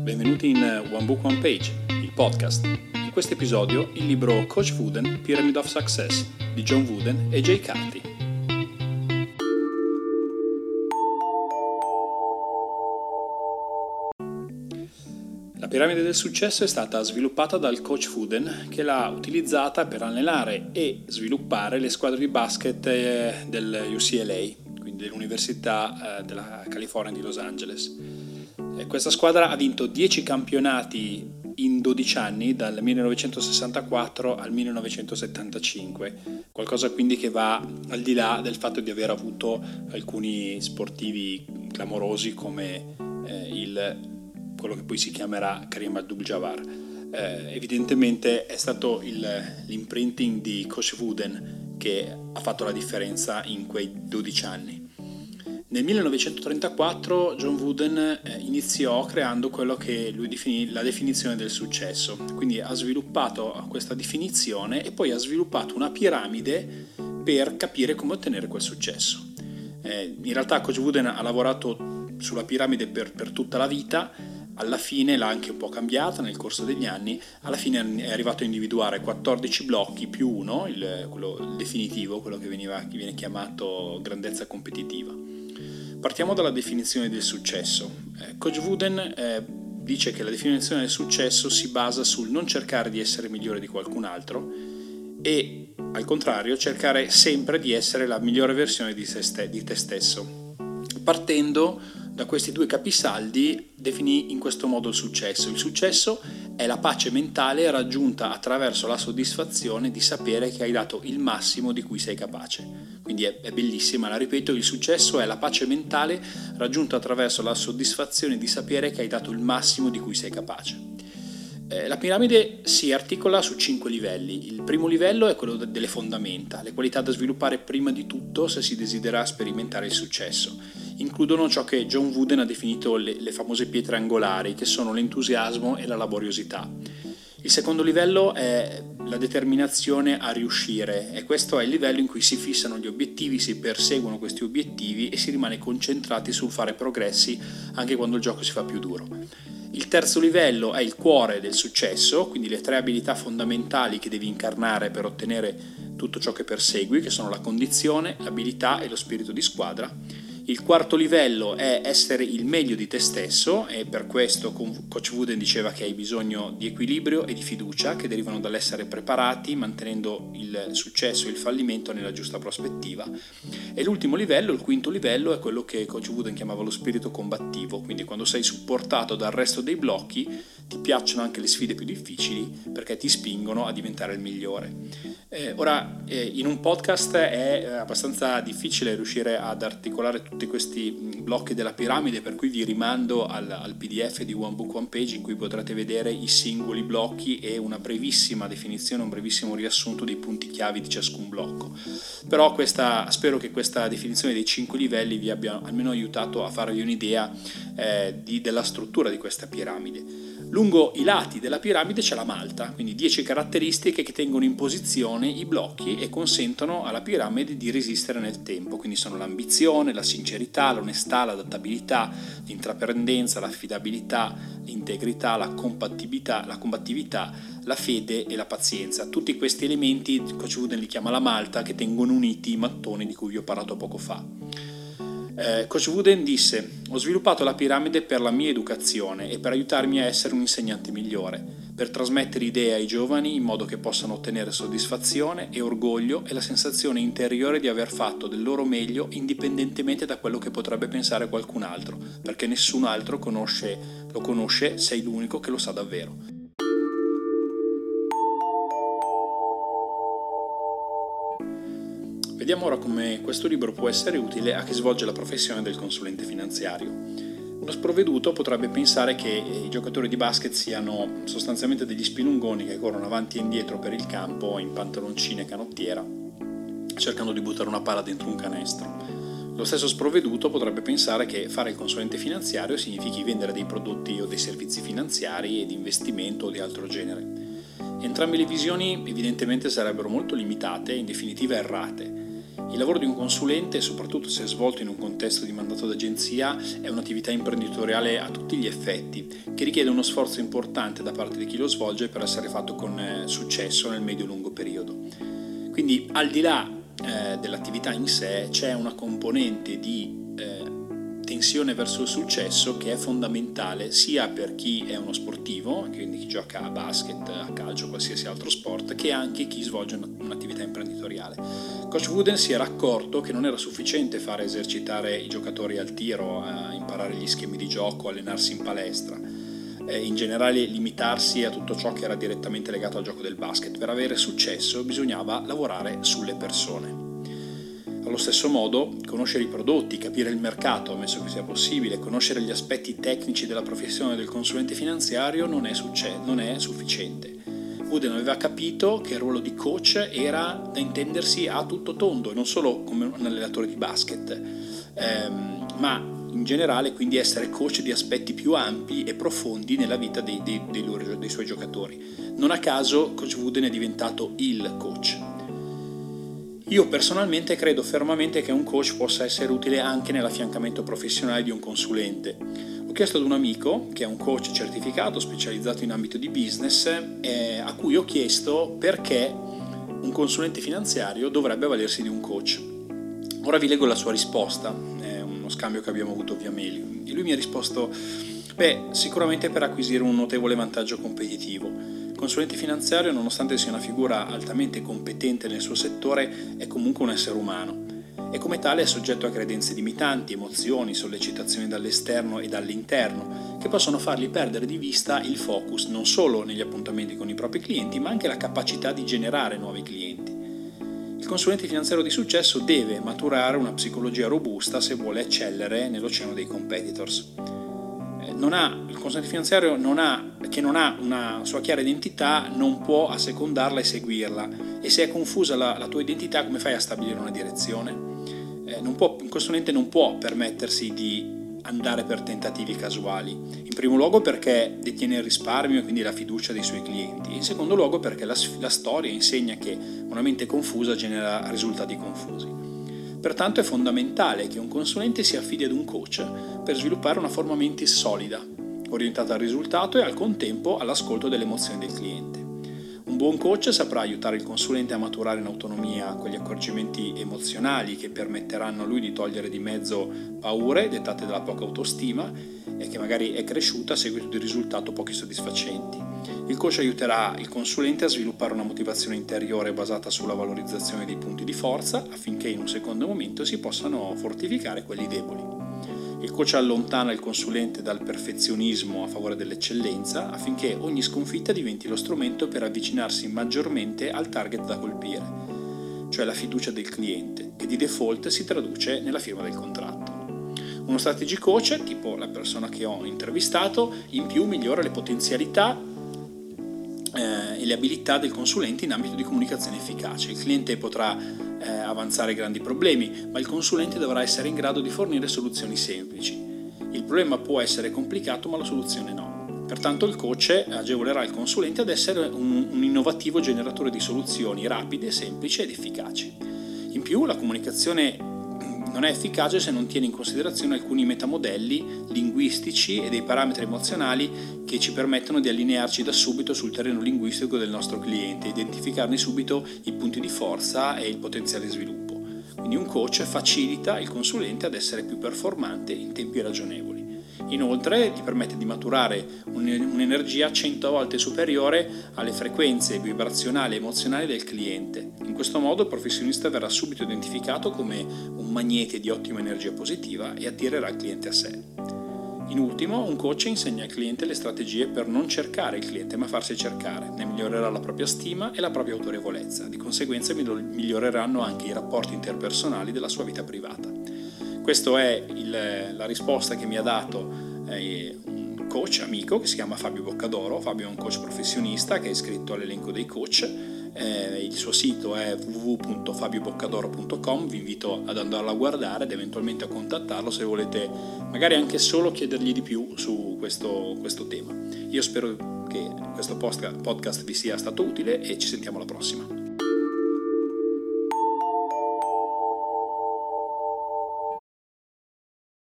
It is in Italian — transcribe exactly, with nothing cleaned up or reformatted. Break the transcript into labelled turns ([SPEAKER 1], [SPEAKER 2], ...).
[SPEAKER 1] Benvenuti in One Book One Page, il podcast. In questo episodio il libro Coach Wooden, Pyramid of Success di John Wooden e Jay Carty. La piramide del successo è stata sviluppata dal coach Wooden, che l'ha utilizzata per allenare e sviluppare le squadre di basket del U C L A, quindi dell'Università della California di Los Angeles. Questa squadra ha vinto dieci campionati in dodici anni, dal millenovecentosessantaquattro al millenovecentosettantacinque, qualcosa quindi che va al di là del fatto di aver avuto alcuni sportivi clamorosi come eh, il, quello che poi si chiamerà Kareem Abdul-Jabbar. Eh, evidentemente è stato il, l'imprinting di Coach Wooden che ha fatto la differenza in quei dodici anni. Nel millenovecentotrentaquattro John Wooden eh, iniziò creando quello che lui definì la definizione del successo, quindi ha sviluppato questa definizione e poi ha sviluppato una piramide per capire come ottenere quel successo. Eh, in realtà Coach Wooden ha lavorato sulla piramide per, per tutta la vita, alla fine l'ha anche un po' cambiata nel corso degli anni, alla fine è arrivato a individuare quattordici blocchi più uno, il, quello il definitivo, quello che, veniva, che viene chiamato grandezza competitiva. Partiamo dalla definizione del successo. Eh, Coach Wooden eh, dice che la definizione del successo si basa sul non cercare di essere migliore di qualcun altro e, al contrario, cercare sempre di essere la migliore versione di, se ste- di te stesso. Partendo da questi due capisaldi, definì in questo modo il successo. Il successo è la pace mentale raggiunta attraverso la soddisfazione di sapere che hai dato il massimo di cui sei capace. Quindi è, è bellissima, la ripeto, il successo è la pace mentale raggiunta attraverso la soddisfazione di sapere che hai dato il massimo di cui sei capace. Eh, la piramide si articola su cinque livelli. Il primo livello è quello delle fondamenta, le qualità da sviluppare prima di tutto se si desidera sperimentare il successo. Includono ciò che John Wooden ha definito le, le famose pietre angolari, che sono l'entusiasmo e la laboriosità. Il secondo livello è la determinazione a riuscire, e questo è il livello in cui si fissano gli obiettivi, si perseguono questi obiettivi e si rimane concentrati sul fare progressi anche quando il gioco si fa più duro. Il terzo livello è il cuore del successo, quindi le tre abilità fondamentali che devi incarnare per ottenere tutto ciò che persegui, che sono la condizione, l'abilità e lo spirito di squadra. Il quarto livello è essere il meglio di te stesso, e per questo Coach Wooden diceva che hai bisogno di equilibrio e di fiducia che derivano dall'essere preparati, mantenendo il successo e il fallimento nella giusta prospettiva. E l'ultimo livello, il quinto livello, è quello che Coach Wooden chiamava lo spirito combattivo, quindi quando sei supportato dal resto dei blocchi ti piacciono anche le sfide più difficili perché ti spingono a diventare il migliore. Eh, ora, eh, in un podcast è abbastanza difficile riuscire ad articolare tutti questi blocchi della piramide, per cui vi rimando al, al P D F di One Book One Page, in cui potrete vedere i singoli blocchi e una brevissima definizione, un brevissimo riassunto dei punti chiavi di ciascun blocco. Però questa, spero che questa definizione dei cinque livelli vi abbia almeno aiutato a farvi un'idea eh, di, della struttura di questa piramide. Lungo i lati della piramide c'è la malta, quindi dieci caratteristiche che tengono in posizione i blocchi e consentono alla piramide di resistere nel tempo, quindi sono l'ambizione, la sincerità, l'onestà, l'adattabilità, l'intraprendenza, l'affidabilità, l'integrità, la compatibilità, la combattività, la fede e la pazienza. Tutti questi elementi Coach Wooden li chiama la malta, che tengono uniti i mattoni di cui vi ho parlato poco fa. Eh, Coach Wooden disse: ho sviluppato la piramide per la mia educazione e per aiutarmi a essere un insegnante migliore, per trasmettere idee ai giovani in modo che possano ottenere soddisfazione e orgoglio e la sensazione interiore di aver fatto del loro meglio indipendentemente da quello che potrebbe pensare qualcun altro, perché nessun altro conosce, lo conosce, sei l'unico che lo sa davvero. Vediamo ora come questo libro può essere utile a chi svolge la professione del consulente finanziario. Uno sprovveduto potrebbe pensare che i giocatori di basket siano sostanzialmente degli spilungoni che corrono avanti e indietro per il campo in pantaloncini e canottiera, cercando di buttare una palla dentro un canestro. Lo stesso sprovveduto potrebbe pensare che fare il consulente finanziario significhi vendere dei prodotti o dei servizi finanziari e di investimento o di altro genere. Entrambe le visioni evidentemente sarebbero molto limitate e in definitiva errate. Il lavoro di un consulente, soprattutto se svolto in un contesto di mandato d'agenzia, è un'attività imprenditoriale a tutti gli effetti, che richiede uno sforzo importante da parte di chi lo svolge per essere fatto con successo nel medio-lungo periodo. Quindi, al di là eh, dell'attività in sé, c'è una componente di eh, tensione verso il successo che è fondamentale sia per chi è uno sportivo, quindi chi gioca a basket, a calcio, qualsiasi altro sport, che anche chi svolge un'attività imprenditoriale. Coach Wooden si era accorto che non era sufficiente fare esercitare i giocatori al tiro, a imparare gli schemi di gioco, allenarsi in palestra, eh, in generale limitarsi a tutto ciò che era direttamente legato al gioco del basket. Per avere successo bisognava lavorare sulle persone. Allo stesso modo, conoscere i prodotti, capire il mercato, ammesso che sia possibile, conoscere gli aspetti tecnici della professione del consulente finanziario non è, succe- non è sufficiente. Wooden aveva capito che il ruolo di coach era da intendersi a tutto tondo, e non solo come un allenatore di basket, ehm, ma in generale quindi essere coach di aspetti più ampi e profondi nella vita dei, dei, dei, loro, dei suoi giocatori. Non a caso Coach Wooden è diventato il coach. Io personalmente credo fermamente che un coach possa essere utile anche nell'affiancamento professionale di un consulente. Ho chiesto ad un amico, che è un coach certificato specializzato in ambito di business, eh, a cui ho chiesto perché un consulente finanziario dovrebbe avvalersi di un coach. Ora vi leggo la sua risposta, è uno scambio che abbiamo avuto via mail. E lui mi ha risposto, beh, sicuramente per acquisire un notevole vantaggio competitivo. Il consulente finanziario, nonostante sia una figura altamente competente nel suo settore, è comunque un essere umano e come tale è soggetto a credenze limitanti, emozioni, sollecitazioni dall'esterno e dall'interno che possono fargli perdere di vista il focus non solo negli appuntamenti con i propri clienti, ma anche la capacità di generare nuovi clienti. Il consulente finanziario di successo deve maturare una psicologia robusta se vuole eccellere nell'oceano dei competitors. Non ha, il consulente finanziario non ha, che non ha una sua chiara identità non può assecondarla e seguirla, e se è confusa la, la tua identità, come fai a stabilire una direzione? Eh, non può, un consulente non può permettersi di andare per tentativi casuali, in primo luogo perché detiene il risparmio e quindi la fiducia dei suoi clienti, in secondo luogo perché la, la storia insegna che una mente confusa genera risultati confusi. Pertanto è fondamentale che un consulente si affidi ad un coach per sviluppare una forma mentis solida, orientata al risultato e al contempo all'ascolto delle emozioni del cliente. Un buon coach saprà aiutare il consulente a maturare in autonomia quegli accorgimenti emozionali che permetteranno a lui di togliere di mezzo paure dettate dalla poca autostima e che magari è cresciuta a seguito di risultati poco soddisfacenti. Il coach aiuterà il consulente a sviluppare una motivazione interiore basata sulla valorizzazione dei punti di forza affinché in un secondo momento si possano fortificare quelli deboli. Il coach allontana il consulente dal perfezionismo a favore dell'eccellenza affinché ogni sconfitta diventi lo strumento per avvicinarsi maggiormente al target da colpire, cioè la fiducia del cliente, che di default si traduce nella firma del contratto. Uno strategy coach, tipo la persona che ho intervistato, in più migliora le potenzialità e le abilità del consulente in ambito di comunicazione efficace. Il cliente potrà eh, avanzare grandi problemi, ma il consulente dovrà essere in grado di fornire soluzioni semplici. Il problema può essere complicato, ma la soluzione no. Pertanto il coach agevolerà il consulente ad essere un, un innovativo generatore di soluzioni rapide, semplici ed efficaci. In più, la comunicazione non è efficace se non tiene in considerazione alcuni metamodelli linguistici e dei parametri emozionali che ci permettono di allinearci da subito sul terreno linguistico del nostro cliente, identificarne subito i punti di forza e il potenziale sviluppo. Quindi un coach facilita il consulente ad essere più performante in tempi ragionevoli. Inoltre gli permette di maturare un'energia cento volte superiore alle frequenze vibrazionali e emozionali del cliente. In questo modo il professionista verrà subito identificato come un magnete di ottima energia positiva e attirerà il cliente a sé. In ultimo, un coach insegna al cliente le strategie per non cercare il cliente ma farsi cercare, ne migliorerà la propria stima e la propria autorevolezza, di conseguenza miglioreranno anche i rapporti interpersonali della sua vita privata. Questa è il, la risposta che mi ha dato eh, un coach amico che si chiama Fabio Boccadoro. Fabio è un coach professionista che è iscritto all'elenco dei coach, eh, il suo sito è w w w punto fabio boccadoro punto com, vi invito ad andarlo a guardare ed eventualmente a contattarlo se volete magari anche solo chiedergli di più su questo, questo tema. Io spero che questo podcast vi sia stato utile e ci sentiamo alla prossima.